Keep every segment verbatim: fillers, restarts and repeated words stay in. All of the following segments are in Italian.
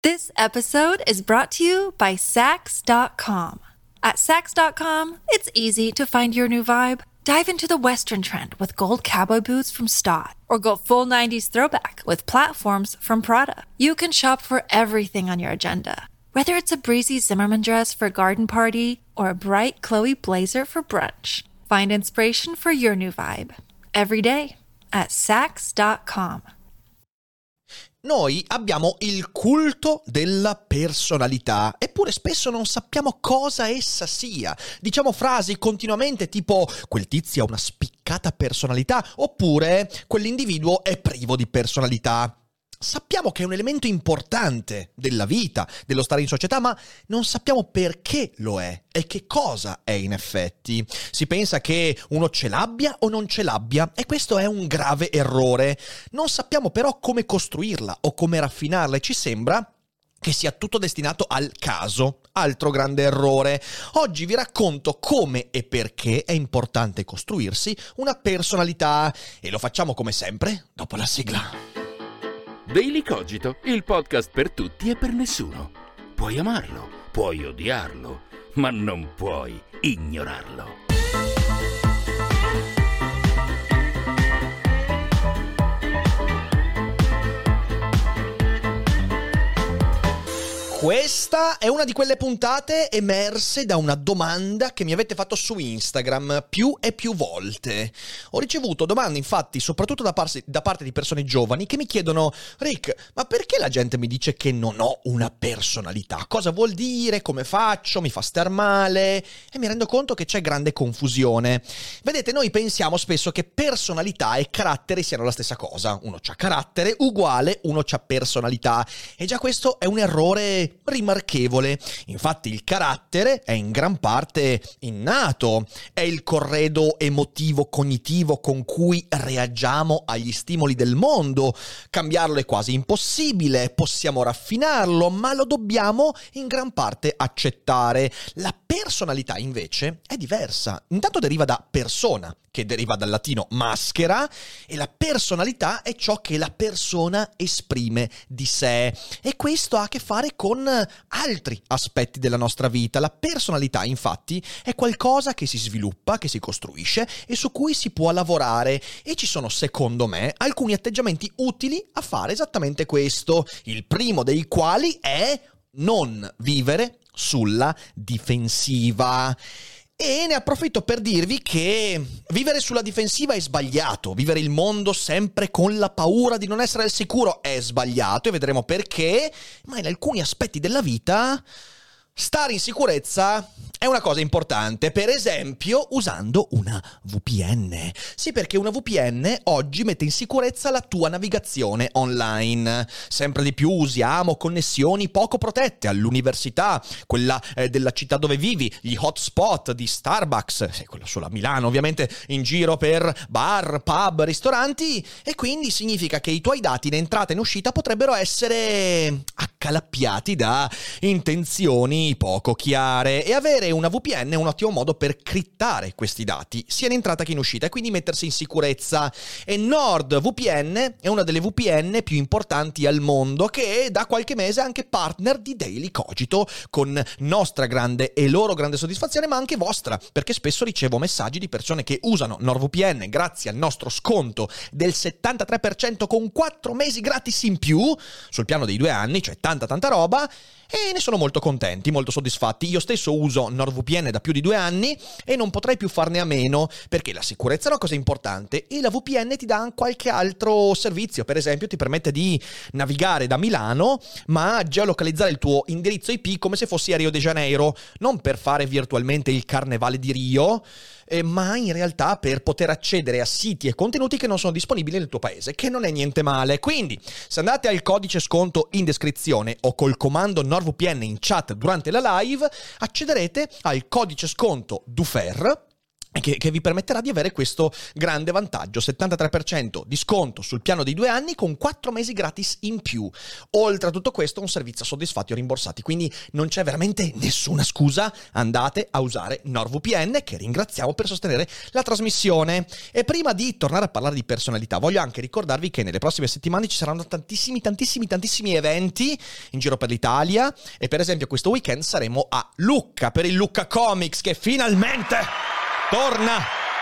This episode is brought to you by Sax dot com. At Sax dot com, it's easy to find your new vibe. Dive into the Western trend with gold cowboy boots from Stott, or go full nineties throwback with platforms from Prada. You can shop for everything on your agenda, whether it's a breezy Zimmermann dress for a garden party or a bright Chloe blazer for brunch. Find inspiration for your new vibe every day at Sax dot com. Noi abbiamo il culto della personalità, eppure spesso non sappiamo cosa essa sia. Diciamo frasi continuamente tipo quel tizio ha una spiccata personalità, oppure quell'individuo è privo di personalità. Sappiamo che è un elemento importante della vita, dello stare in società, ma non sappiamo perché lo è e che cosa è in effetti. Si pensa che uno ce l'abbia o non ce l'abbia, e questo è un grave errore. Non sappiamo però come costruirla o come raffinarla, e ci sembra che sia tutto destinato al caso. Altro grande errore. Oggi vi racconto come e perché è importante costruirsi una personalità, e lo facciamo come sempre dopo la sigla. Daily Cogito, il podcast per tutti e per nessuno. Puoi amarlo, puoi odiarlo, ma non puoi ignorarlo. Questa è una di quelle puntate emerse da una domanda che mi avete fatto su Instagram più e più volte. Ho ricevuto domande, infatti, soprattutto da, par- da parte di persone giovani che mi chiedono: Rick, ma perché la gente mi dice che non ho una personalità? Cosa vuol dire? Come faccio? Mi fa star male? E mi rendo conto che c'è grande confusione. Vedete, noi pensiamo spesso che personalità e carattere siano la stessa cosa. Uno c'ha carattere uguale, uno c'ha personalità. E già questo è un errore rimarchevole. Infatti il carattere è in gran parte innato, è il corredo emotivo cognitivo con cui reagiamo agli stimoli del mondo. Cambiarlo è quasi impossibile, possiamo raffinarlo, ma lo dobbiamo in gran parte accettare. La personalità invece è diversa. Intanto deriva da persona, che deriva dal latino maschera, e la personalità è ciò che la persona esprime di sé, e questo ha a che fare con altri aspetti della nostra vita. La personalità, infatti, è qualcosa che si sviluppa, che si costruisce e su cui si può lavorare, e ci sono, secondo me, alcuni atteggiamenti utili a fare esattamente questo, il primo dei quali è non vivere sulla difensiva. E ne approfitto per dirvi che vivere sulla difensiva è sbagliato. Vivere il mondo sempre con la paura di non essere al sicuro è sbagliato, e vedremo perché, ma in alcuni aspetti della vita stare in sicurezza è una cosa importante, per esempio usando una V P N. Sì, perché una V P N oggi mette in sicurezza la tua navigazione online. Sempre di più usiamo connessioni poco protette all'università, quella eh, della città dove vivi, gli hotspot di Starbucks, sì, quello solo a Milano ovviamente, in giro per bar, pub, ristoranti, e quindi significa che i tuoi dati in entrata e in uscita potrebbero essere accalappiati da intenzioni poco chiare, e avere una V P N è un ottimo modo per crittare questi dati sia in entrata che in uscita, e quindi mettersi in sicurezza. E NordVPN è una delle V P N più importanti al mondo, che da qualche mese è anche partner di Daily Cogito, con nostra grande e loro grande soddisfazione, ma anche vostra, perché spesso ricevo messaggi di persone che usano NordVPN grazie al nostro sconto del settantatré per cento con quattro mesi gratis in più sul piano dei due anni, cioè tanta tanta roba, e ne sono molto contenti, molto soddisfatti. Io stesso uso NordVPN da più di due anni e non potrei più farne a meno, perché la sicurezza è una cosa importante e la V P N ti dà qualche altro servizio. Per esempio ti permette di navigare da Milano ma geolocalizzare il tuo indirizzo I P come se fossi a Rio de Janeiro, non per fare virtualmente il carnevale di Rio, eh, ma in realtà per poter accedere a siti e contenuti che non sono disponibili nel tuo paese, che non è niente male. Quindi se andate al codice sconto in descrizione o col comando NordVPN in chat durante la live, accederete al codice sconto D U F E R, Che, che vi permetterà di avere questo grande vantaggio, settantatré per cento di sconto sul piano dei due anni con quattro mesi gratis in più. Oltre a tutto questo un servizio soddisfatti o rimborsati, quindi non c'è veramente nessuna scusa, andate a usare NordVPN, che ringraziamo per sostenere la trasmissione. E prima di tornare a parlare di personalità voglio anche ricordarvi che nelle prossime settimane ci saranno tantissimi tantissimi tantissimi eventi in giro per l'Italia, e per esempio questo weekend saremo a Lucca per il Lucca Comics, che finalmente torna!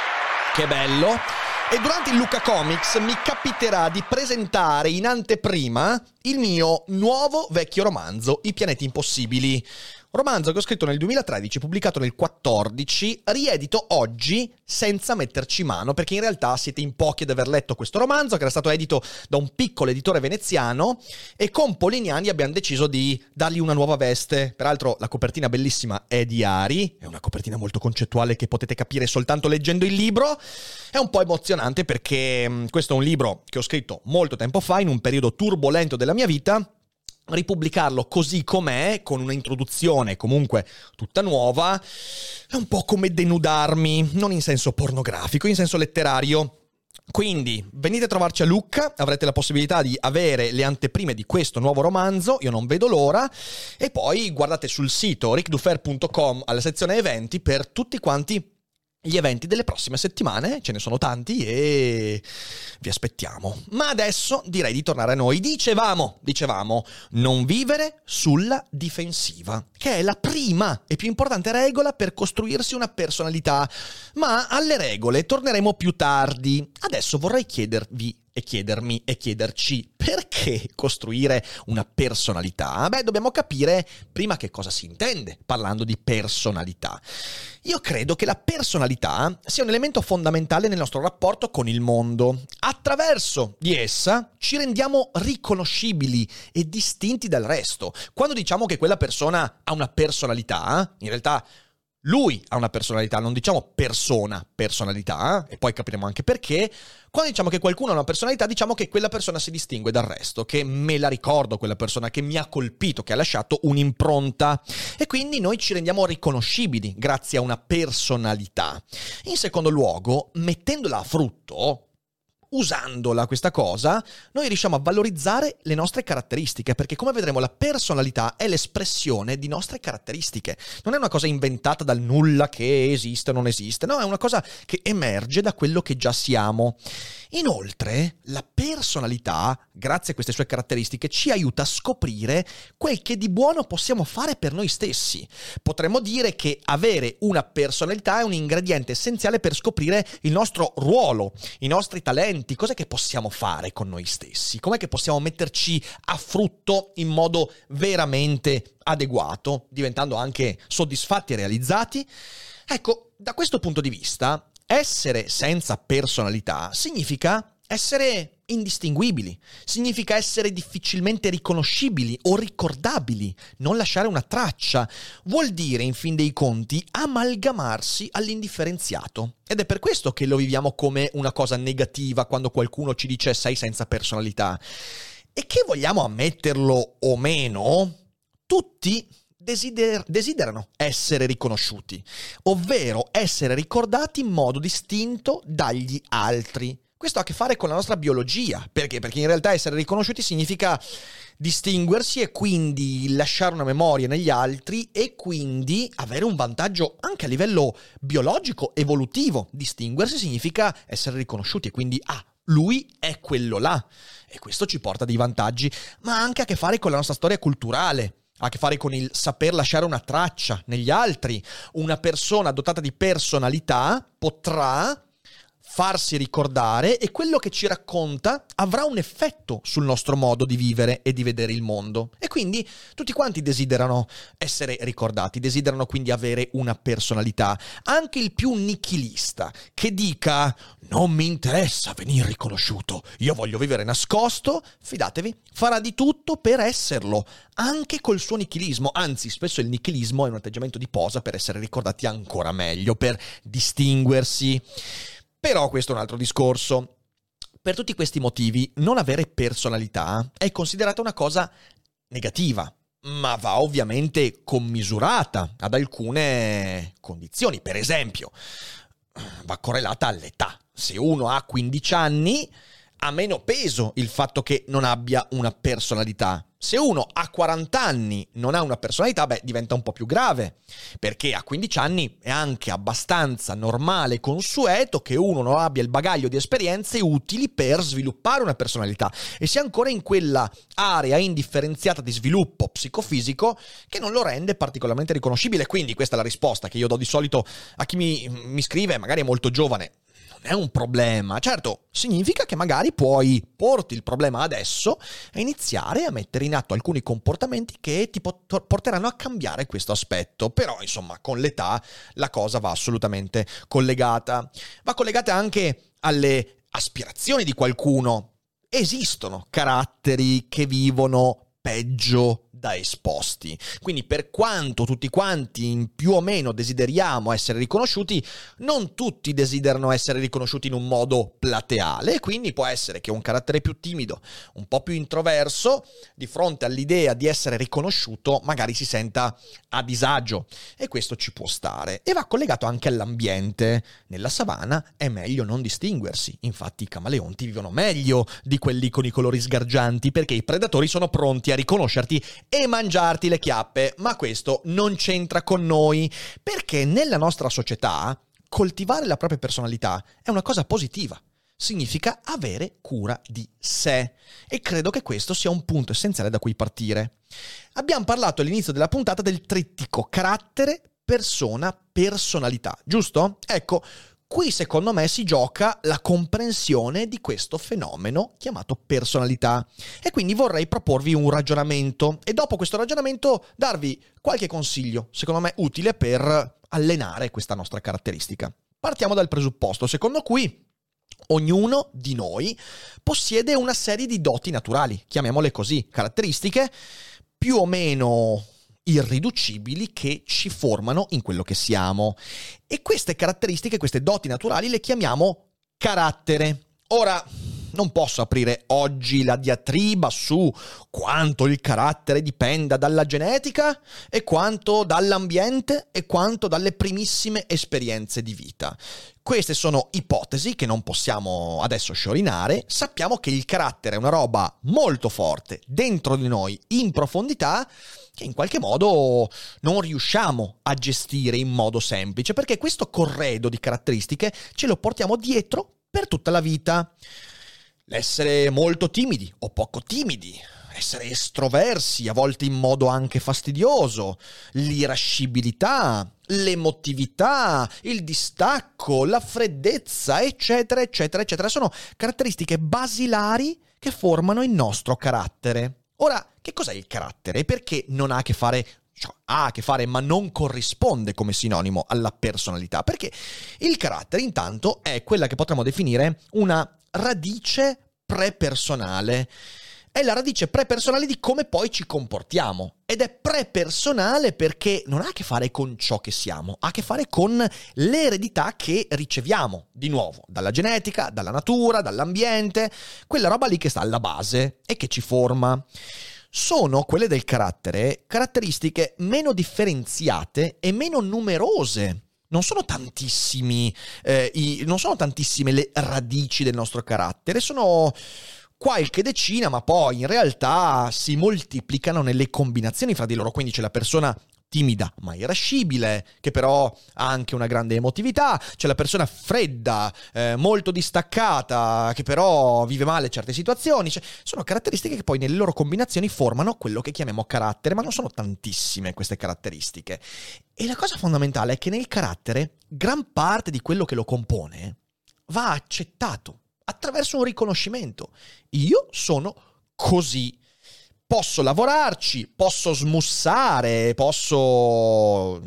Che bello! E durante il Lucca Comics mi capiterà di presentare in anteprima il mio nuovo vecchio romanzo, I pianeti impossibili. Romanzo che ho scritto nel duemilatredici, pubblicato nel quattordici, riedito oggi senza metterci mano, perché in realtà siete in pochi ad aver letto questo romanzo, che era stato edito da un piccolo editore veneziano, e con Polignani abbiamo deciso di dargli una nuova veste. Peraltro la copertina bellissima è di Ari, è una copertina molto concettuale che potete capire soltanto leggendo il libro. È un po' emozionante perché mh, questo è un libro che ho scritto molto tempo fa, in un periodo turbolento della mia vita. Ripubblicarlo così com'è, con un'introduzione comunque tutta nuova, è un po' come denudarmi, non in senso pornografico, in senso letterario. Quindi venite a trovarci a Lucca, avrete la possibilità di avere le anteprime di questo nuovo romanzo, io non vedo l'ora, e poi guardate sul sito ric dufer punto com alla sezione eventi per tutti quanti gli eventi delle prossime settimane. Ce ne sono tanti e vi aspettiamo. Ma adesso direi di tornare a noi. Dicevamo, dicevamo, non vivere sulla difensiva, che è la prima e più importante regola per costruirsi una personalità. Ma alle regole torneremo più tardi. Adesso vorrei chiedervi e chiedermi e chiederci perché costruire una personalità. Beh, dobbiamo capire prima che cosa si intende parlando di personalità. Io credo che la personalità sia un elemento fondamentale nel nostro rapporto con il mondo. Attraverso di essa ci rendiamo riconoscibili e distinti dal resto. Quando diciamo che quella persona ha una personalità, in realtà lui ha una personalità, non diciamo persona, personalità, e poi capiremo anche perché. Quando diciamo che qualcuno ha una personalità, diciamo che quella persona si distingue dal resto, che me la ricordo quella persona, che mi ha colpito, che ha lasciato un'impronta, e quindi noi ci rendiamo riconoscibili grazie a una personalità. In secondo luogo, mettendola a frutto, usandola questa cosa, noi riusciamo a valorizzare le nostre caratteristiche, perché come vedremo la personalità è l'espressione di nostre caratteristiche. Non è una cosa inventata dal nulla che esiste o non esiste, no, è una cosa che emerge da quello che già siamo. Inoltre, la personalità, grazie a queste sue caratteristiche, ci aiuta a scoprire quel che di buono possiamo fare per noi stessi. Potremmo dire che avere una personalità è un ingrediente essenziale per scoprire il nostro ruolo, i nostri talenti, cos'è che possiamo fare con noi stessi, com'è che possiamo metterci a frutto in modo veramente adeguato, diventando anche soddisfatti e realizzati. Ecco, da questo punto di vista, essere senza personalità significa essere indistinguibili, significa essere difficilmente riconoscibili o ricordabili, non lasciare una traccia. Vuol dire, in fin dei conti, amalgamarsi all'indifferenziato. Ed è per questo che lo viviamo come una cosa negativa quando qualcuno ci dice sei senza personalità. E che vogliamo ammetterlo o meno, tutti Desider- desiderano essere riconosciuti, ovvero essere ricordati in modo distinto dagli altri. Questo ha a che fare con la nostra biologia. Perché? Perché in realtà essere riconosciuti significa distinguersi e quindi lasciare una memoria negli altri e quindi avere un vantaggio anche a livello biologico, evolutivo. Distinguersi significa essere riconosciuti e quindi, ah, lui è quello là. E questo ci porta dei vantaggi, ma ha anche a che fare con la nostra storia culturale. Ha a che fare con il saper lasciare una traccia negli altri. Una persona dotata di personalità potrà farsi ricordare e quello che ci racconta avrà un effetto sul nostro modo di vivere e di vedere il mondo. E quindi tutti quanti desiderano essere ricordati, desiderano quindi avere una personalità. Anche il più nichilista che dica non mi interessa venire riconosciuto, io voglio vivere nascosto, fidatevi, farà di tutto per esserlo, anche col suo nichilismo. Anzi, spesso il nichilismo è un atteggiamento di posa per essere ricordati ancora meglio, per distinguersi. Però questo è un altro discorso. Per tutti questi motivi, non avere personalità è considerata una cosa negativa, ma va ovviamente commisurata ad alcune condizioni. Per esempio, va correlata all'età. Se uno ha quindici anni, ha meno peso il fatto che non abbia una personalità. Se uno ha quaranta anni, non ha una personalità, beh, diventa un po' più grave, perché a quindici anni è anche abbastanza normale e consueto che uno non abbia il bagaglio di esperienze utili per sviluppare una personalità e sia ancora in quella area indifferenziata di sviluppo psicofisico che non lo rende particolarmente riconoscibile. Quindi questa è la risposta che io do di solito a chi mi, mi scrive, magari è molto giovane. È un problema. Certo, significa che magari puoi porti il problema adesso e iniziare a mettere in atto alcuni comportamenti che ti porteranno a cambiare questo aspetto. Però, insomma, con l'età la cosa va assolutamente collegata. Va collegata anche alle aspirazioni di qualcuno. Esistono caratteri che vivono peggio da esposti. Quindi per quanto tutti quanti più o meno desideriamo essere riconosciuti, non tutti desiderano essere riconosciuti in un modo plateale, quindi può essere che un carattere più timido, un po' più introverso, di fronte all'idea di essere riconosciuto magari si senta a disagio e questo ci può stare. E va collegato anche all'ambiente. Nella savana è meglio non distinguersi, infatti i camaleonti vivono meglio di quelli con i colori sgargianti perché i predatori sono pronti a riconoscerti e mangiarti le chiappe, ma questo non c'entra con noi, perché nella nostra società coltivare la propria personalità è una cosa positiva. Significa avere cura di sé e credo che questo sia un punto essenziale da cui partire. Abbiamo parlato all'inizio della puntata del trittico carattere, persona, personalità, giusto? Ecco, qui secondo me si gioca la comprensione di questo fenomeno chiamato personalità e quindi vorrei proporvi un ragionamento e dopo questo ragionamento darvi qualche consiglio, secondo me utile per allenare questa nostra caratteristica. Partiamo dal presupposto secondo cui ognuno di noi possiede una serie di doti naturali, chiamiamole così, caratteristiche più o meno irriducibili che ci formano in quello che siamo. E queste caratteristiche, queste doti naturali le chiamiamo carattere. Ora, non posso aprire oggi la diatriba su quanto il carattere dipenda dalla genetica e quanto dall'ambiente e quanto dalle primissime esperienze di vita. Queste sono ipotesi che non possiamo adesso sciorinare. Sappiamo che il carattere è una roba molto forte dentro di noi, in profondità, che in qualche modo non riusciamo a gestire in modo semplice, perché questo corredo di caratteristiche ce lo portiamo dietro per tutta la vita. L'essere molto timidi o poco timidi, essere estroversi, a volte in modo anche fastidioso, l'irascibilità, l'emotività, il distacco, la freddezza, eccetera, eccetera, eccetera. Sono caratteristiche basilari che formano il nostro carattere. Ora, che cos'è il carattere? Perché non ha a che fare, cioè, ha a che fare, ma non corrisponde come sinonimo alla personalità? Perché il carattere, intanto, è quella che potremmo definire una radice prepersonale. È la radice prepersonale di come poi ci comportiamo. Ed è prepersonale perché non ha a che fare con ciò che siamo, ha a che fare con l'eredità che riceviamo, di nuovo, dalla genetica, dalla natura, dall'ambiente, quella roba lì che sta alla base e che ci forma. Sono quelle del carattere caratteristiche meno differenziate e meno numerose. Non sono tantissimi, eh, i, non sono tantissime le radici del nostro carattere, sono qualche decina, ma poi in realtà si moltiplicano nelle combinazioni fra di loro. Quindi c'è la persona timida ma irascibile, che però ha anche una grande emotività, c'è la persona fredda, eh, molto distaccata, che però vive male certe situazioni. Cioè, sono caratteristiche che poi nelle loro combinazioni formano quello che chiamiamo carattere, ma non sono tantissime queste caratteristiche. E la cosa fondamentale è che nel carattere gran parte di quello che lo compone va accettato attraverso un riconoscimento. Io sono così. Posso lavorarci, posso smussare, posso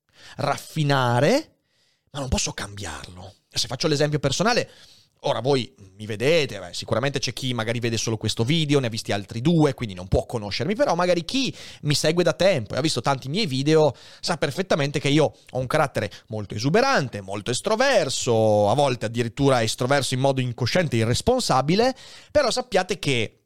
raffinare, ma non posso cambiarlo. Se faccio l'esempio personale, ora voi mi vedete, beh, sicuramente c'è chi magari vede solo questo video, ne ha visti altri due, quindi non può conoscermi, però magari chi mi segue da tempo e ha visto tanti miei video sa perfettamente che io ho un carattere molto esuberante, molto estroverso, a volte addirittura estroverso in modo incosciente e irresponsabile, però sappiate che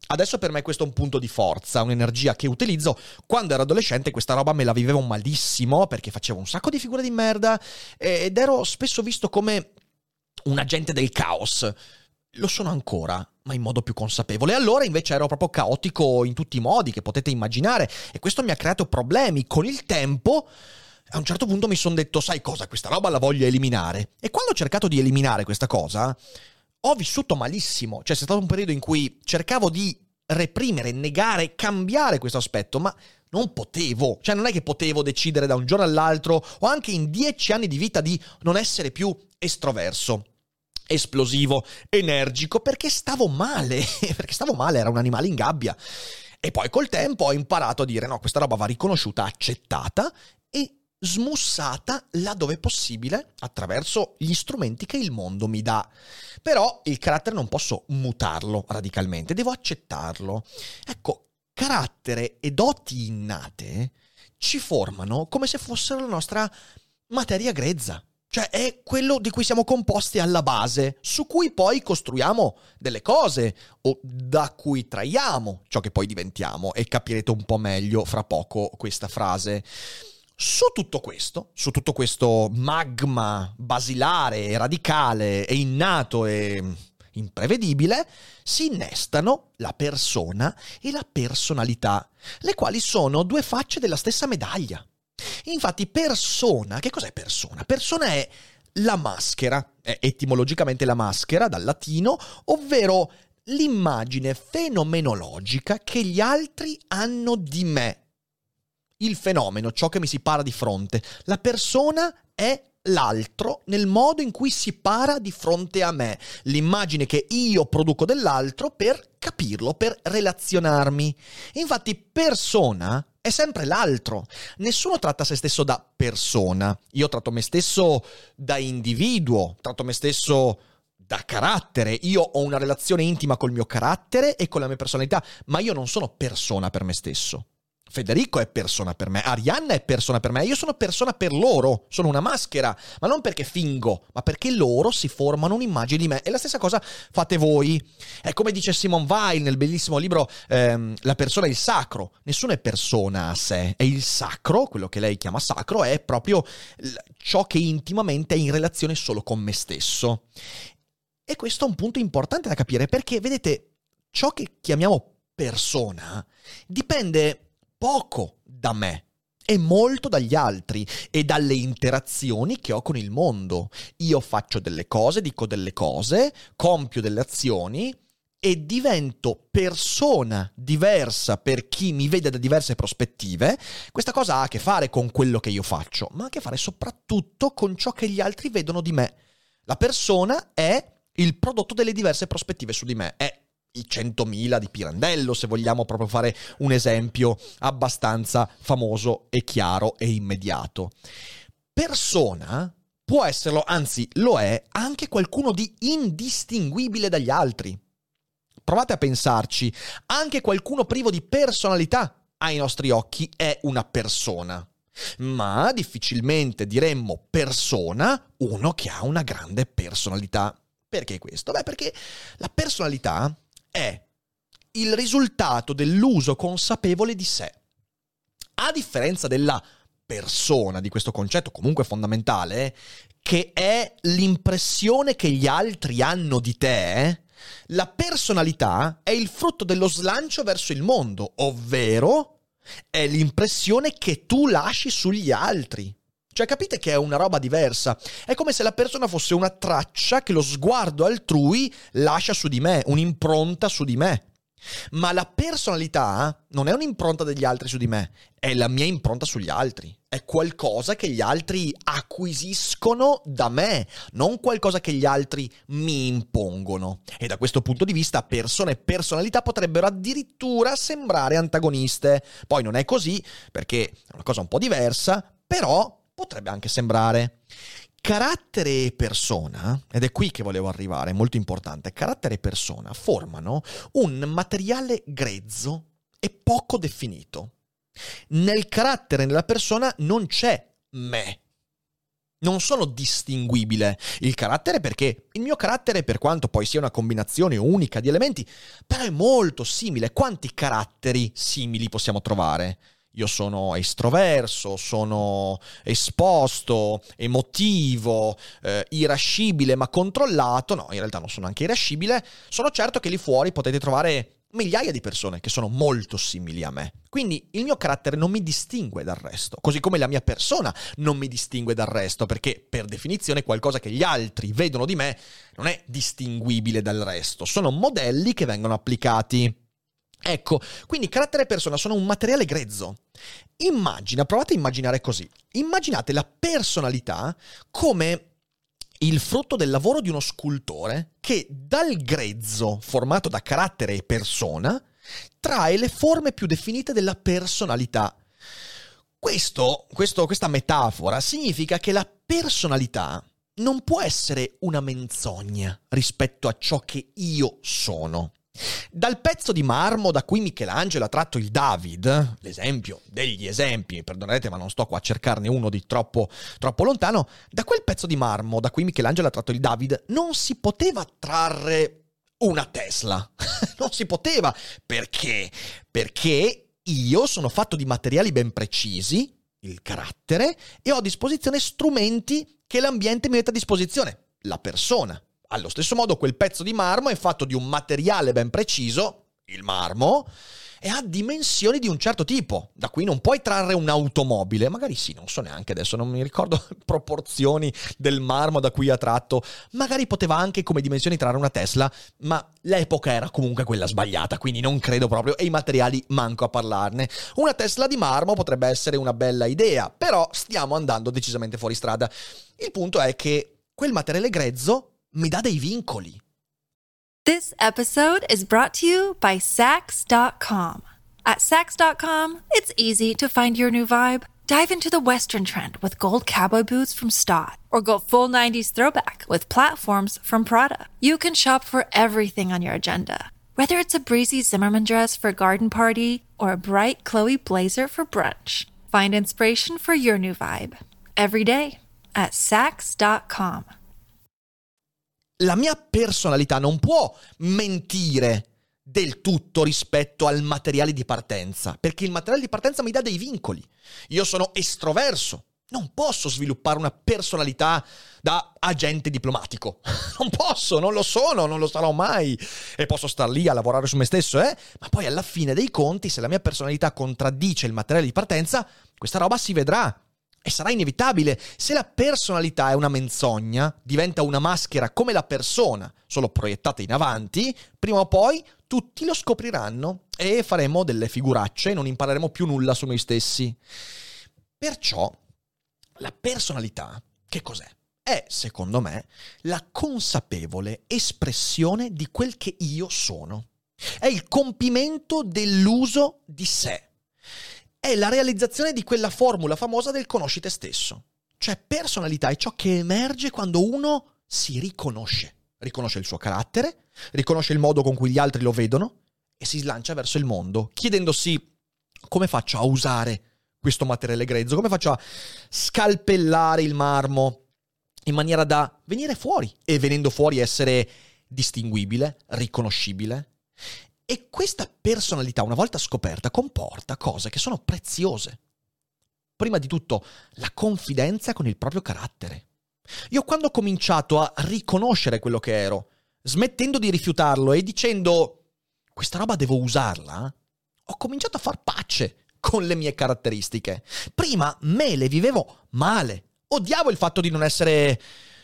Adesso per me questo è un punto di forza, un'energia che utilizzo. Quando ero adolescente questa roba me la vivevo malissimo perché facevo un sacco di figure di merda ed ero spesso visto come un agente del caos. Lo sono ancora, ma in modo più consapevole. Allora invece ero proprio caotico in tutti i modi che potete immaginare e questo mi ha creato problemi. Con il tempo, a un certo punto mi sono detto, sai cosa, questa roba la voglio eliminare. E quando ho cercato di eliminare questa cosa, ho vissuto malissimo. Cioè, c'è stato un periodo in cui cercavo di reprimere, negare, cambiare questo aspetto, ma non potevo. Cioè, non è che potevo decidere da un giorno all'altro o anche in dieci anni di vita di non essere più estroverso, esplosivo, energico, perché stavo male, perché stavo male, era un animale in gabbia. E poi col tempo ho imparato a dire no, questa roba va riconosciuta, accettata e smussata laddove possibile attraverso gli strumenti che il mondo mi dà. Però il carattere non posso mutarlo radicalmente, devo accettarlo. Ecco, carattere e doti innate ci formano come se fossero la nostra materia grezza. Cioè è quello di cui siamo composti alla base, su cui poi costruiamo delle cose o da cui traiamo ciò che poi diventiamo, e capirete un po' meglio fra poco questa frase. Su tutto questo, su tutto questo magma basilare, radicale e innato e imprevedibile, si innestano la persona e la personalità, le quali sono due facce della stessa medaglia. Infatti persona, che cos'è persona? Persona è la maschera, è etimologicamente la maschera dal latino, ovvero l'immagine fenomenologica che gli altri hanno di me. Il fenomeno, ciò che mi si para di fronte. La persona è l'altro nel modo in cui si para di fronte a me, l'immagine che io produco dell'altro per capirlo, per relazionarmi. Infatti persona è sempre l'altro. Nessuno tratta se stesso da persona. Io tratto me stesso da individuo, tratto me stesso da carattere. Io ho una relazione intima col mio carattere e con la mia personalità, ma io non sono persona per me stesso. Federico è persona per me, Arianna è persona per me, io sono persona per loro, sono una maschera, ma non perché fingo, ma perché loro si formano un'immagine di me. E la stessa cosa fate voi. È come dice Simone Weil nel bellissimo libro ehm, La persona è il sacro. Nessuno è persona a sé, è il sacro, quello che lei chiama sacro, è proprio ciò che intimamente è in relazione solo con me stesso. E questo è un punto importante da capire, perché vedete, ciò che chiamiamo persona dipende poco da me e molto dagli altri e dalle interazioni che ho con il mondo. Io faccio delle cose, dico delle cose, compio delle azioni e divento persona diversa per chi mi vede da diverse prospettive. Questa cosa ha a che fare con quello che io faccio, ma ha a che fare soprattutto con ciò che gli altri vedono di me. La persona è il prodotto delle diverse prospettive su di me, è i centomila di Pirandello, se vogliamo proprio fare un esempio abbastanza famoso e chiaro e immediato. Persona può esserlo, anzi lo è, anche qualcuno di indistinguibile dagli altri. Provate a pensarci, anche qualcuno privo di personalità ai nostri occhi è una persona. Ma difficilmente diremmo persona uno che ha una grande personalità. Perché questo? Beh, perché la personalità è il risultato dell'uso consapevole di sé. A differenza della persona, di questo concetto comunque fondamentale, che è l'impressione che gli altri hanno di te, la personalità è il frutto dello slancio verso il mondo, ovvero è l'impressione che tu lasci sugli altri. Cioè, capite che è una roba diversa? È come se la persona fosse una traccia che lo sguardo altrui lascia su di me, un'impronta su di me. Ma la personalità non è un'impronta degli altri su di me, è la mia impronta sugli altri. È qualcosa che gli altri acquisiscono da me, non qualcosa che gli altri mi impongono. E da questo punto di vista persona e personalità potrebbero addirittura sembrare antagoniste. Poi non è così, perché è una cosa un po' diversa, però potrebbe anche sembrare. Carattere e persona, ed è qui che volevo arrivare, molto importante, carattere e persona formano un materiale grezzo e poco definito. Nel carattere e nella persona non c'è me. Non sono distinguibile. Il carattere perché il mio carattere, per quanto poi sia una combinazione unica di elementi, però è molto simile. Quanti caratteri simili possiamo trovare? Io sono estroverso, sono esposto, emotivo, eh, irascibile ma controllato. No, in realtà non sono anche irascibile. Sono certo che lì fuori potete trovare migliaia di persone che sono molto simili a me. Quindi il mio carattere non mi distingue dal resto, così come la mia persona non mi distingue dal resto, perché per definizione qualcosa che gli altri vedono di me non è distinguibile dal resto, sono modelli che vengono applicati. Ecco, quindi carattere e persona sono un materiale grezzo. Immagina, provate a immaginare così, immaginate la personalità come il frutto del lavoro di uno scultore che dal grezzo formato da carattere e persona trae le forme più definite della personalità. Questo, questo, questa metafora significa che la personalità non può essere una menzogna rispetto a ciò che io sono. Dal pezzo di marmo da cui Michelangelo ha tratto il David, l'esempio degli esempi, perdonate ma non sto qua a cercarne uno di troppo, troppo lontano, da quel pezzo di marmo da cui Michelangelo ha tratto il David non si poteva trarre una Tesla. Non si poteva. Perché? Perché io sono fatto di materiali ben precisi, il carattere, e ho a disposizione strumenti che l'ambiente mi mette a disposizione, la persona. Allo stesso modo quel pezzo di marmo è fatto di un materiale ben preciso, il marmo, e ha dimensioni di un certo tipo, da cui non puoi trarre un'automobile, magari sì, non so neanche adesso, non mi ricordo proporzioni del marmo da cui ha tratto, magari poteva anche come dimensioni trarre una Tesla, ma l'epoca era comunque quella sbagliata, quindi non credo proprio, e i materiali manco a parlarne. Una Tesla di marmo potrebbe essere una bella idea, però stiamo andando decisamente fuori strada. Il punto è che quel materiale grezzo mi dà dei vincoli. This episode is brought to you by Sax dot com. At Sax dot com, it's easy to find your new vibe. Dive into the Western trend with gold cowboy boots from Stott, or go full nineties throwback with platforms from Prada. You can shop for everything on your agenda, whether it's a breezy Zimmermann dress for a garden party or a bright Chloe blazer for brunch. Find inspiration for your new vibe every day at Sax dot com. La mia personalità non può mentire del tutto rispetto al materiale di partenza, perché il materiale di partenza mi dà dei vincoli. Io sono estroverso, non posso sviluppare una personalità da agente diplomatico. Non posso, non lo sono, non lo sarò mai. E posso star lì a lavorare su me stesso, eh? Ma poi alla fine dei conti, se la mia personalità contraddice il materiale di partenza, questa roba si vedrà. E sarà inevitabile. Se la personalità è una menzogna, diventa una maschera come la persona, solo proiettata in avanti, prima o poi tutti lo scopriranno e faremo delle figuracce e non impareremo più nulla su noi stessi. Perciò la personalità, che cos'è? È, secondo me, la consapevole espressione di quel che io sono. È il compimento dell'uso di sé. È la realizzazione di quella formula famosa del conosci te stesso. Cioè, personalità è ciò che emerge quando uno si riconosce. Riconosce il suo carattere, riconosce il modo con cui gli altri lo vedono e si slancia verso il mondo, chiedendosi come faccio a usare questo materiale grezzo, come faccio a scalpellare il marmo in maniera da venire fuori e venendo fuori essere distinguibile, riconoscibile. E questa personalità, una volta scoperta, comporta cose che sono preziose. Prima di tutto, la confidenza con il proprio carattere. Io quando ho cominciato a riconoscere quello che ero, smettendo di rifiutarlo e dicendo questa roba devo usarla, ho cominciato a far pace con le mie caratteristiche. Prima me le vivevo male. Odiavo il fatto di non essere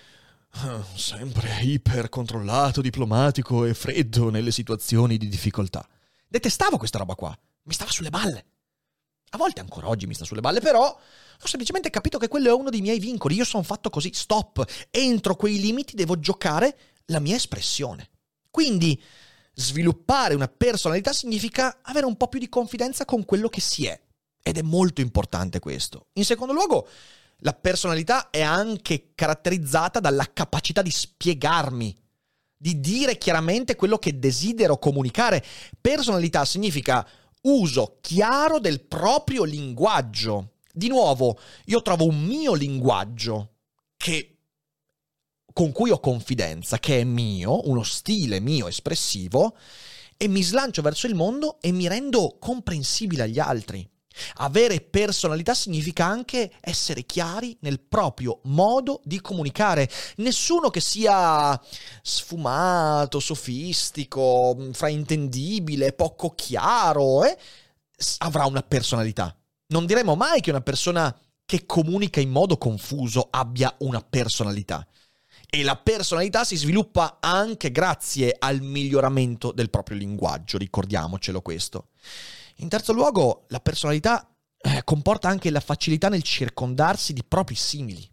sempre ipercontrollato, diplomatico e freddo nelle situazioni di difficoltà. Detestavo questa roba qua. Mi stava sulle balle. A volte ancora oggi mi sta sulle balle, però ho semplicemente capito che quello è uno dei miei vincoli. Io sono fatto così, stop. Entro quei limiti devo giocare la mia espressione. Quindi sviluppare una personalità significa avere un po' più di confidenza con quello che si è. Ed è molto importante questo. In secondo luogo, la personalità è anche caratterizzata dalla capacità di spiegarmi, di dire chiaramente quello che desidero comunicare. Personalità significa uso chiaro del proprio linguaggio. Di nuovo, io trovo un mio linguaggio che con cui ho confidenza, che è mio, uno stile mio espressivo, e mi slancio verso il mondo e mi rendo comprensibile agli altri. Avere personalità significa anche essere chiari nel proprio modo di comunicare. Nessuno che sia sfumato, sofistico, fraintendibile, poco chiaro, eh, avrà una personalità. Non diremo mai che una persona che comunica in modo confuso abbia una personalità. E la personalità si sviluppa anche grazie al miglioramento del proprio linguaggio, ricordiamocelo questo. In terzo luogo, la personalità eh, comporta anche la facilità nel circondarsi di propri simili.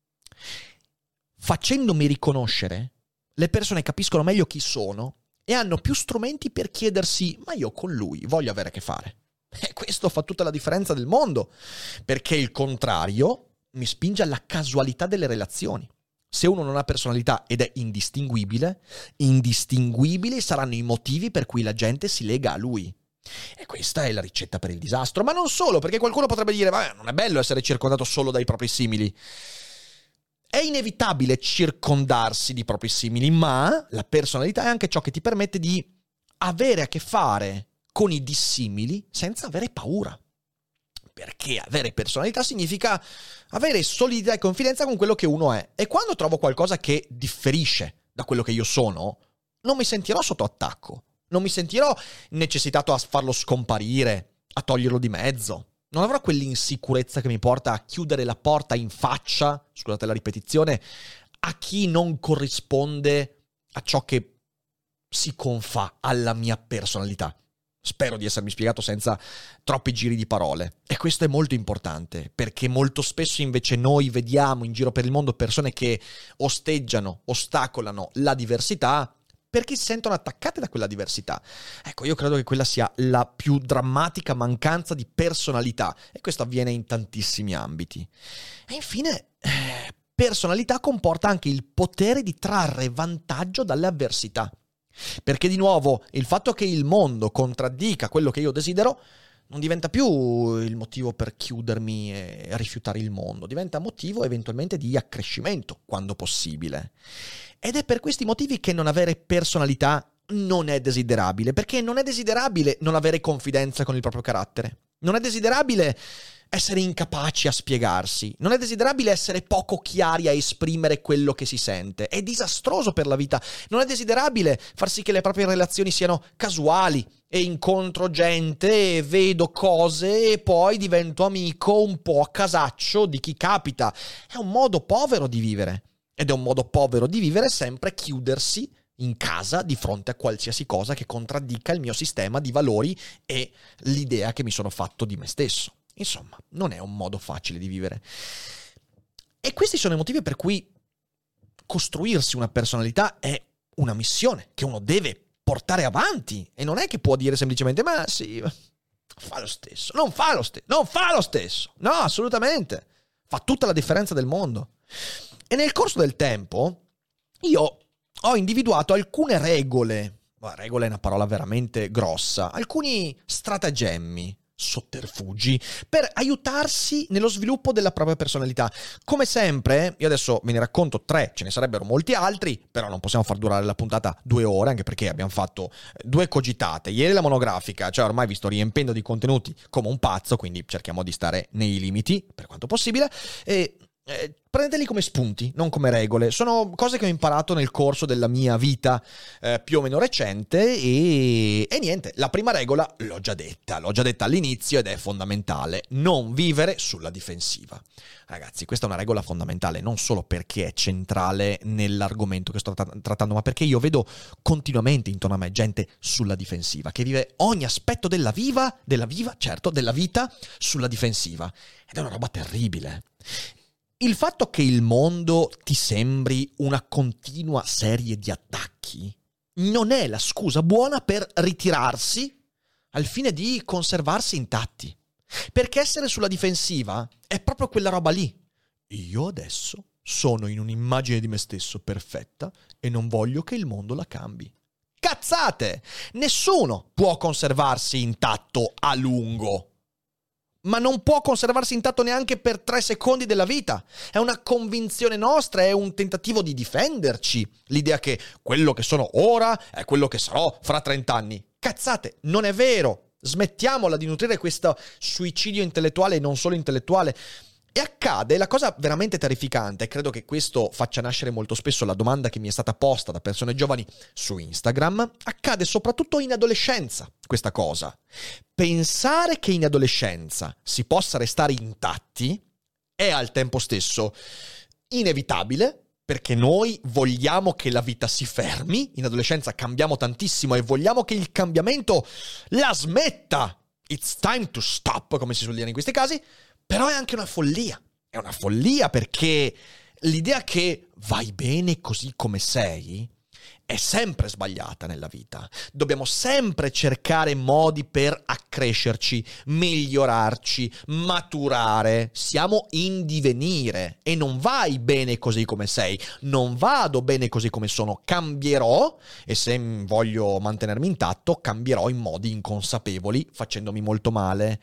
Facendomi riconoscere, le persone capiscono meglio chi sono e hanno più strumenti per chiedersi: ma io con lui voglio avere a che fare? E questo fa tutta la differenza del mondo, perché il contrario mi spinge alla casualità delle relazioni. Se uno non ha personalità ed è indistinguibile, indistinguibili saranno i motivi per cui la gente si lega a lui. E questa è la ricetta per il disastro. Ma non solo, perché qualcuno potrebbe dire: ma non è bello essere circondato solo dai propri simili. È inevitabile circondarsi di propri simili, ma la personalità è anche ciò che ti permette di avere a che fare con i dissimili senza avere paura. Perché avere personalità significa avere solidità e confidenza con quello che uno è. E quando trovo qualcosa che differisce da quello che io sono, non mi sentirò sotto attacco. Non mi sentirò necessitato a farlo scomparire, a toglierlo di mezzo. Non avrò quell'insicurezza che mi porta a chiudere la porta in faccia, scusate la ripetizione, a chi non corrisponde a ciò che si confà alla mia personalità. Spero di essermi spiegato senza troppi giri di parole. E questo è molto importante, perché molto spesso invece noi vediamo in giro per il mondo persone che osteggiano, ostacolano la diversità perché si sentono attaccate da quella diversità. Ecco, io credo che quella sia la più drammatica mancanza di personalità, e questo avviene in tantissimi ambiti. E infine, eh, personalità comporta anche il potere di trarre vantaggio dalle avversità. Perché di nuovo il fatto che il mondo contraddica quello che io desidero non diventa più il motivo per chiudermi e rifiutare il mondo, diventa motivo eventualmente di accrescimento quando possibile. Ed è per questi motivi che non avere personalità non è desiderabile, perché non è desiderabile non avere confidenza con il proprio carattere, non è desiderabile essere incapaci a spiegarsi, non è desiderabile essere poco chiari a esprimere quello che si sente, è disastroso per la vita, non è desiderabile far sì che le proprie relazioni siano casuali e incontro gente e vedo cose e poi divento amico un po' a casaccio di chi capita. È un modo povero di vivere, ed è un modo povero di vivere sempre chiudersi in casa di fronte a qualsiasi cosa che contraddica il mio sistema di valori e l'idea che mi sono fatto di me stesso. Insomma, non è un modo facile di vivere. E questi sono i motivi per cui costruirsi una personalità è una missione che uno deve portare avanti. E non è che può dire semplicemente: ma sì, fa lo stesso. Non fa lo stesso. Non fa lo stesso. No, assolutamente. Fa tutta la differenza del mondo. E nel corso del tempo io ho individuato alcune regole. Ma regola è una parola veramente grossa. Alcuni stratagemmi, sotterfugi, per aiutarsi nello sviluppo della propria personalità. Come sempre, io adesso ve ne racconto tre, ce ne sarebbero molti altri, però non possiamo far durare la puntata due ore, anche perché abbiamo fatto due cogitate. Ieri la monografica, cioè ormai vi sto riempendo di contenuti come un pazzo, quindi cerchiamo di stare nei limiti, per quanto possibile, e Eh, prendeteli come spunti, non come regole. Sono cose che ho imparato nel corso della mia vita eh, più o meno recente e, e niente, la prima regola l'ho già detta, l'ho già detta all'inizio ed è fondamentale: non vivere sulla difensiva. Ragazzi, questa è una regola fondamentale, non solo perché è centrale nell'argomento che sto tra- trattando, ma perché io vedo continuamente intorno a me gente sulla difensiva, che vive ogni aspetto della viva, della viva, certo, della vita sulla difensiva. Ed è una roba terribile. Il fatto che il mondo ti sembri una continua serie di attacchi non è la scusa buona per ritirarsi al fine di conservarsi intatti. Perché essere sulla difensiva è proprio quella roba lì. Io adesso sono in un'immagine di me stesso perfetta e non voglio che il mondo la cambi. Cazzate! Nessuno può conservarsi intatto a lungo. ma non può conservarsi intatto neanche per tre secondi della vita. È una convinzione nostra, è un tentativo di difenderci. L'idea che quello che sono ora è quello che sarò fra trent'anni. Cazzate, non è vero. Smettiamola di nutrire questo suicidio intellettuale e non solo intellettuale. E accade la cosa veramente terrificante, e credo che questo faccia nascere molto spesso la domanda che mi è stata posta da persone giovani su Instagram. Accade soprattutto in adolescenza questa cosa. Pensare che in adolescenza si possa restare intatti è al tempo stesso inevitabile, perché noi vogliamo che la vita si fermi. In adolescenza cambiamo tantissimo e vogliamo che il cambiamento la smetta. It's time to stop, come si suol dire in questi casi. Però è anche una follia. È una follia perché l'idea che vai bene così come sei è sempre sbagliata nella vita. Dobbiamo sempre cercare modi per accrescerci, migliorarci, maturare. Siamo in divenire e non vai bene così come sei. Non vado bene così come sono. Cambierò e se voglio mantenermi intatto, cambierò in modi inconsapevoli, facendomi molto male.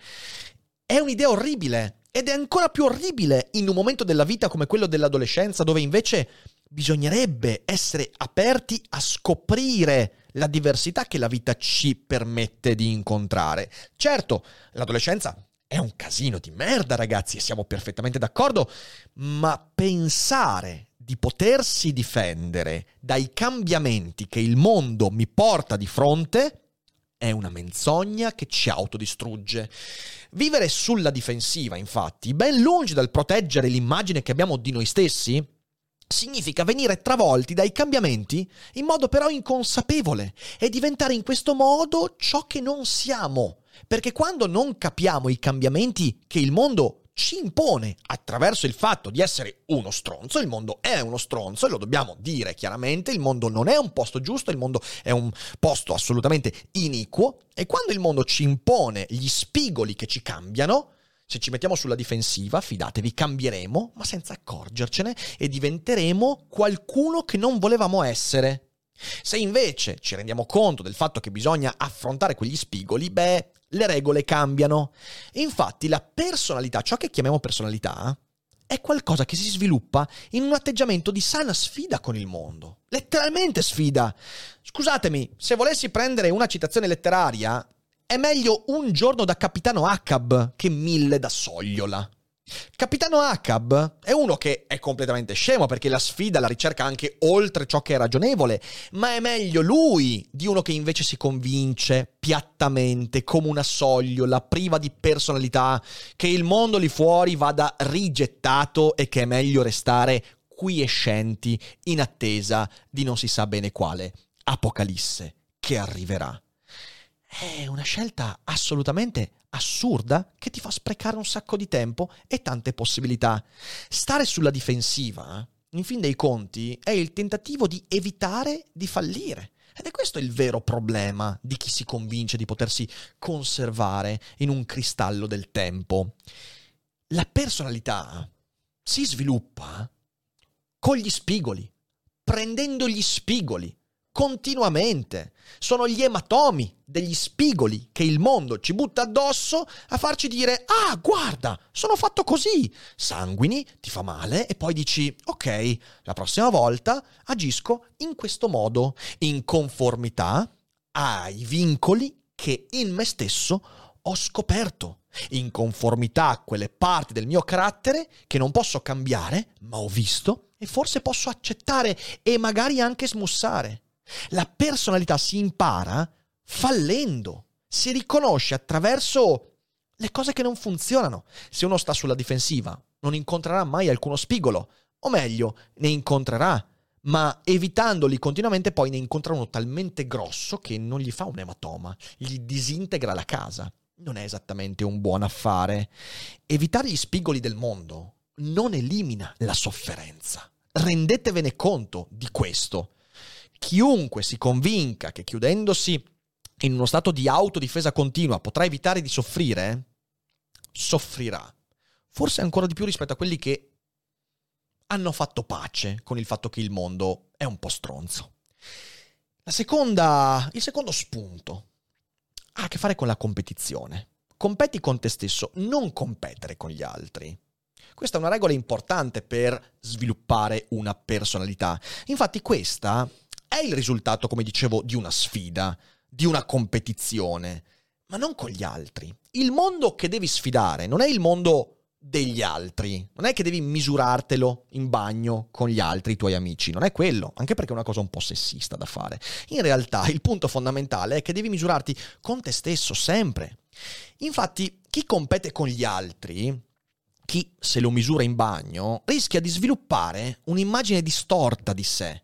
È un'idea orribile ed è ancora più orribile in un momento della vita come quello dell'adolescenza, dove invece bisognerebbe essere aperti a scoprire la diversità che la vita ci permette di incontrare. Certo, l'adolescenza è un casino di merda, ragazzi, e siamo perfettamente d'accordo, ma pensare di potersi difendere dai cambiamenti che il mondo mi porta di fronte è una menzogna che ci autodistrugge. Vivere sulla difensiva, infatti, ben lungi dal proteggere l'immagine che abbiamo di noi stessi, significa venire travolti dai cambiamenti in modo però inconsapevole e diventare in questo modo ciò che non siamo. Perché quando non capiamo i cambiamenti che il mondo ci impone attraverso il fatto di essere uno stronzo, il mondo è uno stronzo e lo dobbiamo dire chiaramente, il mondo non è un posto giusto, il mondo è un posto assolutamente iniquo, e quando il mondo ci impone gli spigoli che ci cambiano, se ci mettiamo sulla difensiva, fidatevi, cambieremo, ma senza accorgercene, e diventeremo qualcuno che non volevamo essere. Se invece ci rendiamo conto del fatto che bisogna affrontare quegli spigoli, beh, le regole cambiano. Infatti la personalità, ciò che chiamiamo personalità, è qualcosa che si sviluppa in un atteggiamento di sana sfida con il mondo. Letteralmente sfida. Scusatemi, se volessi prendere una citazione letteraria, è meglio un giorno da Capitano Ahab che mille da Sogliola. Capitano Ahab è uno che è completamente scemo perché la sfida la ricerca anche oltre ciò che è ragionevole, ma è meglio lui di uno che invece si convince piattamente come una sogliola priva di personalità che il mondo lì fuori vada rigettato e che è meglio restare quiescenti in attesa di non si sa bene quale apocalisse che arriverà. È una scelta assolutamente assurda che ti fa sprecare un sacco di tempo e tante possibilità. Stare sulla difensiva, in fin dei conti, è il tentativo di evitare di fallire. Ed è questo il vero problema di chi si convince di potersi conservare in un cristallo del tempo. La personalità si sviluppa con gli spigoli, prendendo gli spigoli. Continuamente. Sono gli ematomi degli spigoli che il mondo ci butta addosso a farci dire: ah, guarda, sono fatto così. Sanguini, ti fa male e poi dici: ok, la prossima volta agisco in questo modo, in conformità ai vincoli che in me stesso ho scoperto, in conformità a quelle parti del mio carattere che non posso cambiare, ma ho visto e forse posso accettare e magari anche smussare. La personalità si impara fallendo, si riconosce attraverso le cose che non funzionano. Se uno sta sulla difensiva, non incontrerà mai alcuno spigolo, o meglio, ne incontrerà, ma evitandoli continuamente poi ne incontra uno talmente grosso che non gli fa un ematoma, gli disintegra la casa. Non è esattamente un buon affare. Evitare gli spigoli del mondo non elimina la sofferenza. Rendetevene conto di questo. Chiunque si convinca che chiudendosi in uno stato di autodifesa continua potrà evitare di soffrire, soffrirà. Forse ancora di più rispetto a quelli che hanno fatto pace con il fatto che il mondo è un po' stronzo. La seconda, il secondo spunto ha a che fare con la competizione. competi con te stesso, non competere con gli altri. Questa è una regola importante per sviluppare una personalità. Infatti questa è il risultato, come dicevo, di una sfida, di una competizione, ma non con gli altri. Il mondo che devi sfidare non è il mondo degli altri, non è che devi misurartelo in bagno con gli altri, i tuoi amici, non è quello, anche perché è una cosa un po' sessista da fare. In realtà il punto fondamentale è che devi misurarti con te stesso, sempre. Infatti chi compete con gli altri, chi se lo misura in bagno, rischia di sviluppare un'immagine distorta di sé,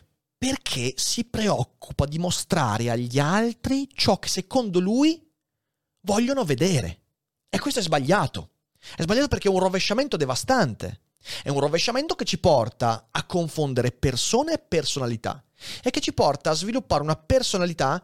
perché si preoccupa di mostrare agli altri ciò che secondo lui vogliono vedere. E questo è sbagliato. È sbagliato perché è un rovesciamento devastante. È un rovesciamento che ci porta a confondere persone e personalità e che ci porta a sviluppare una personalità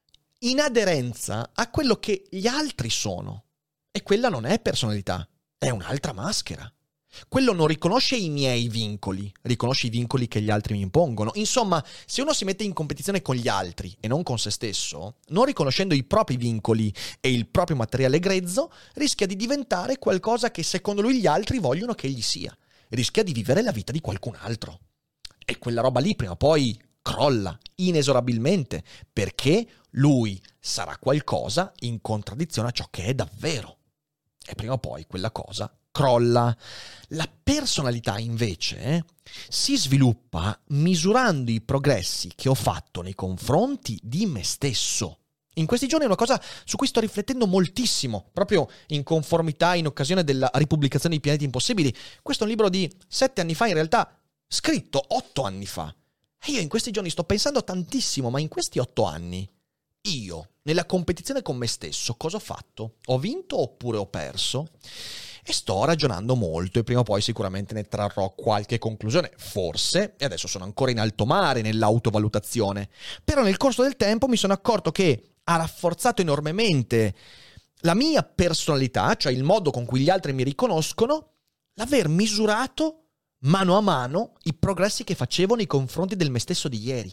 in aderenza a quello che gli altri sono. E quella non è personalità, è un'altra maschera. Quello non riconosce i miei vincoli, riconosce i vincoli che gli altri mi impongono. Insomma, se uno si mette in competizione con gli altri e non con se stesso, non riconoscendo i propri vincoli e il proprio materiale grezzo, rischia di diventare qualcosa che secondo lui gli altri vogliono che egli sia. Rischia di vivere la vita di qualcun altro. E quella roba lì prima o poi crolla inesorabilmente, perché lui sarà qualcosa in contraddizione a ciò che è davvero. E prima o poi quella cosa crolla. La personalità invece si sviluppa misurando i progressi che ho fatto nei confronti di me stesso. In questi giorni è una cosa su cui sto riflettendo moltissimo, proprio in conformità in occasione della ripubblicazione di Pianeti Impossibili. Questo è un libro di sette anni fa, in realtà scritto otto anni fa. E io in questi giorni sto pensando tantissimo, ma in questi otto anni io, nella competizione con me stesso, cosa ho fatto? Ho vinto oppure ho perso? E sto ragionando molto e prima o poi sicuramente ne trarrò qualche conclusione, forse, e adesso sono ancora in alto mare nell'autovalutazione, però nel corso del tempo mi sono accorto che ha rafforzato enormemente la mia personalità, cioè il modo con cui gli altri mi riconoscono, l'aver misurato mano a mano i progressi che facevo nei confronti del me stesso di ieri.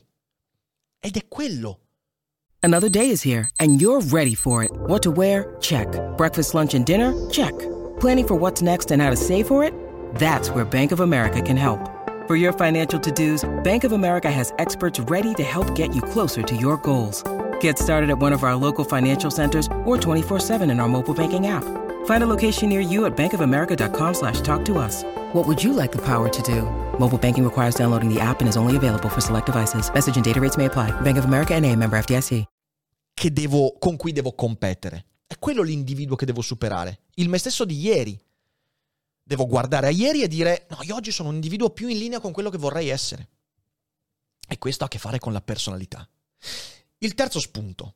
Ed è quello. Another day is here and you're ready for it. What to wear? Check. Breakfast, lunch, and dinner? Check. Planning for what's next and how to save for it? That's where Bank of America can help. For your financial to-dos, Bank of America has experts ready to help get you closer to your goals. Get started at one of our local financial centers or twenty-four seven in our mobile banking app. Find a location near you at bankofamerica.com slash talk to us. What would you like the power to do? Mobile banking requires downloading the app and is only available for select devices. Message and data rates may apply. Bank of America N A, member F D I C. Che devo, con cui devo competere. È quello l'individuo che devo superare. Il me stesso di ieri. Devo guardare a ieri e dire, no, io oggi sono un individuo più in linea con quello che vorrei essere. E questo ha a che fare con la personalità. Il terzo spunto,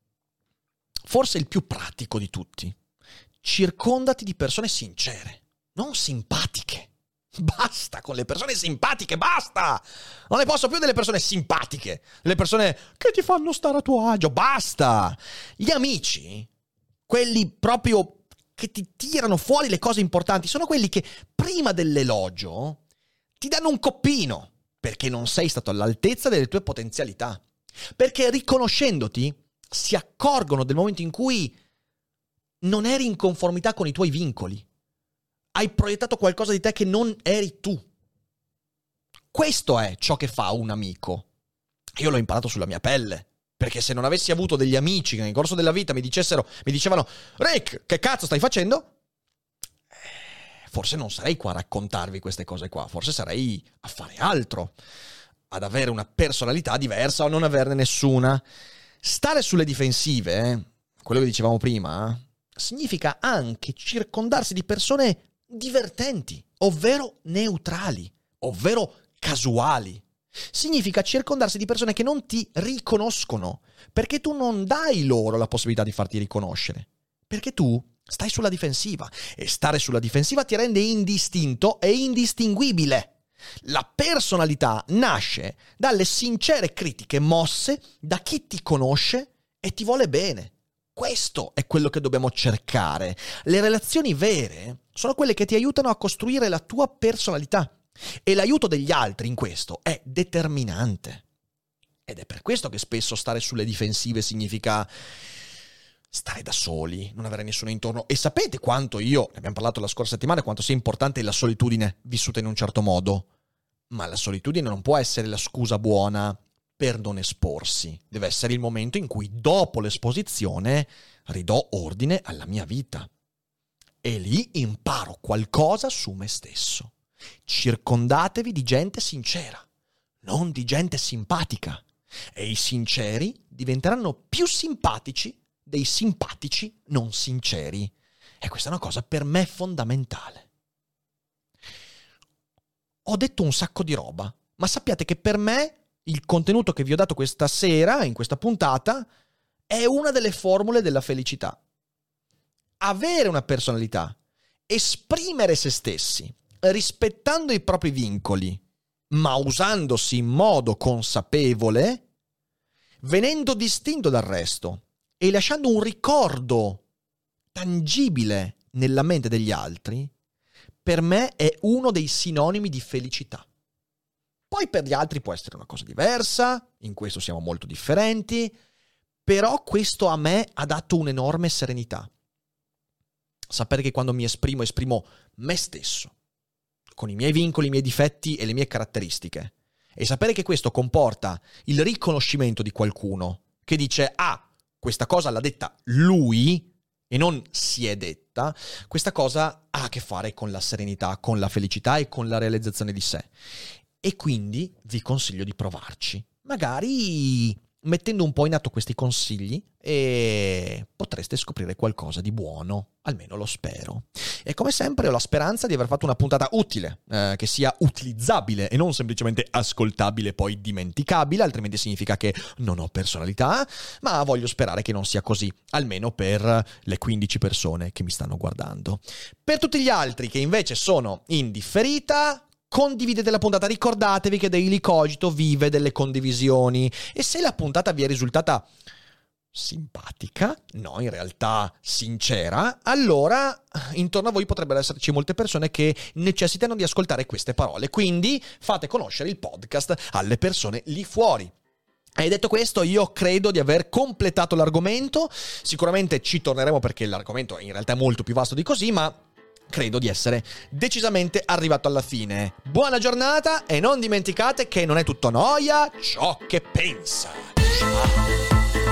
forse il più pratico di tutti. Circondati di persone sincere, non simpatiche. Basta con le persone simpatiche, basta! Non ne posso più delle persone simpatiche, delle persone che ti fanno stare a tuo agio, basta! Gli amici, quelli proprio che ti tirano fuori le cose importanti, sono quelli che prima dell'elogio ti danno un coppino, perché non sei stato all'altezza delle tue potenzialità. Perché riconoscendoti si accorgono del momento in cui non eri in conformità con i tuoi vincoli. Hai proiettato qualcosa di te che non eri tu. Questo è ciò che fa un amico. Io l'ho imparato sulla mia pelle. Perché se non avessi avuto degli amici che nel corso della vita mi dicessero, mi dicevano, Rick, che cazzo stai facendo? Eh, forse non sarei qua a raccontarvi queste cose qua. Forse sarei a fare altro. Ad avere una personalità diversa o non averne nessuna. Stare sulle difensive, eh, quello che dicevamo prima, significa anche circondarsi di persone divertenti, ovvero neutrali, ovvero casuali. Significa circondarsi di persone che non ti riconoscono, perché tu non dai loro la possibilità di farti riconoscere, perché tu stai sulla difensiva e stare sulla difensiva ti rende indistinto e indistinguibile. La personalità nasce dalle sincere critiche mosse da chi ti conosce e ti vuole bene. Questo è quello che dobbiamo cercare. Le relazioni vere sono quelle che ti aiutano a costruire la tua personalità e l'aiuto degli altri in questo è determinante. Ed è per questo che spesso stare sulle difensive significa stare da soli, non avere nessuno intorno. E sapete quanto io, ne abbiamo parlato la scorsa settimana, quanto sia importante la solitudine vissuta in un certo modo. Ma la solitudine non può essere la scusa buona per non esporsi. Deve essere il momento in cui, dopo l'esposizione, ridò ordine alla mia vita. E lì imparo qualcosa su me stesso. Circondatevi di gente sincera, non di gente simpatica. E i sinceri diventeranno più simpatici dei simpatici non sinceri. E questa è una cosa per me fondamentale. Ho detto un sacco di roba, ma sappiate che per me il contenuto che vi ho dato questa sera, in questa puntata, è una delle formule della felicità. Avere una personalità, esprimere se stessi, rispettando i propri vincoli, ma usandosi in modo consapevole, venendo distinto dal resto e lasciando un ricordo tangibile nella mente degli altri, per me è uno dei sinonimi di felicità. Poi per gli altri può essere una cosa diversa, in questo siamo molto differenti, però questo a me ha dato un'enorme serenità. Sapere che quando mi esprimo, esprimo me stesso, con i miei vincoli, i miei difetti e le mie caratteristiche. E sapere che questo comporta il riconoscimento di qualcuno che dice, ah, questa cosa l'ha detta lui e non si è detta, questa cosa ha a che fare con la serenità, con la felicità e con la realizzazione di sé. E quindi vi consiglio di provarci, magari mettendo un po' in atto questi consigli, e potreste scoprire qualcosa di buono, almeno lo spero. E come sempre ho la speranza di aver fatto una puntata utile, eh, che sia utilizzabile e non semplicemente ascoltabile e poi dimenticabile, altrimenti significa che non ho personalità, ma voglio sperare che non sia così, almeno per le quindici persone che mi stanno guardando. Per tutti gli altri che invece sono in differita, condividete la puntata, ricordatevi che Daily Cogito vive delle condivisioni, e se la puntata vi è risultata simpatica, no, in realtà sincera, allora intorno a voi potrebbero esserci molte persone che necessitano di ascoltare queste parole, quindi fate conoscere il podcast alle persone lì fuori. E detto questo, io credo di aver completato l'argomento, sicuramente ci torneremo perché l'argomento in realtà è molto più vasto di così, ma credo di essere decisamente arrivato alla fine. Buona giornata e non dimenticate che non è tutto noia ciò che pensa. Ciao.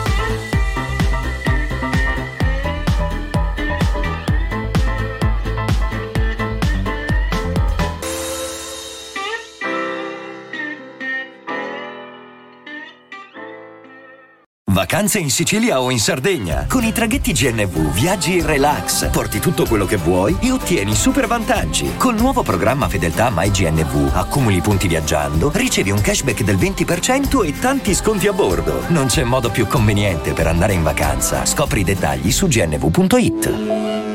Vacanze in Sicilia o in Sardegna. Con i traghetti G N V viaggi in relax, porti tutto quello che vuoi e ottieni super vantaggi. Col nuovo programma Fedeltà MyGNV accumuli punti viaggiando, ricevi un cashback del venti per cento e tanti sconti a bordo. Non c'è modo più conveniente per andare in vacanza. Scopri i dettagli su gnv punto it.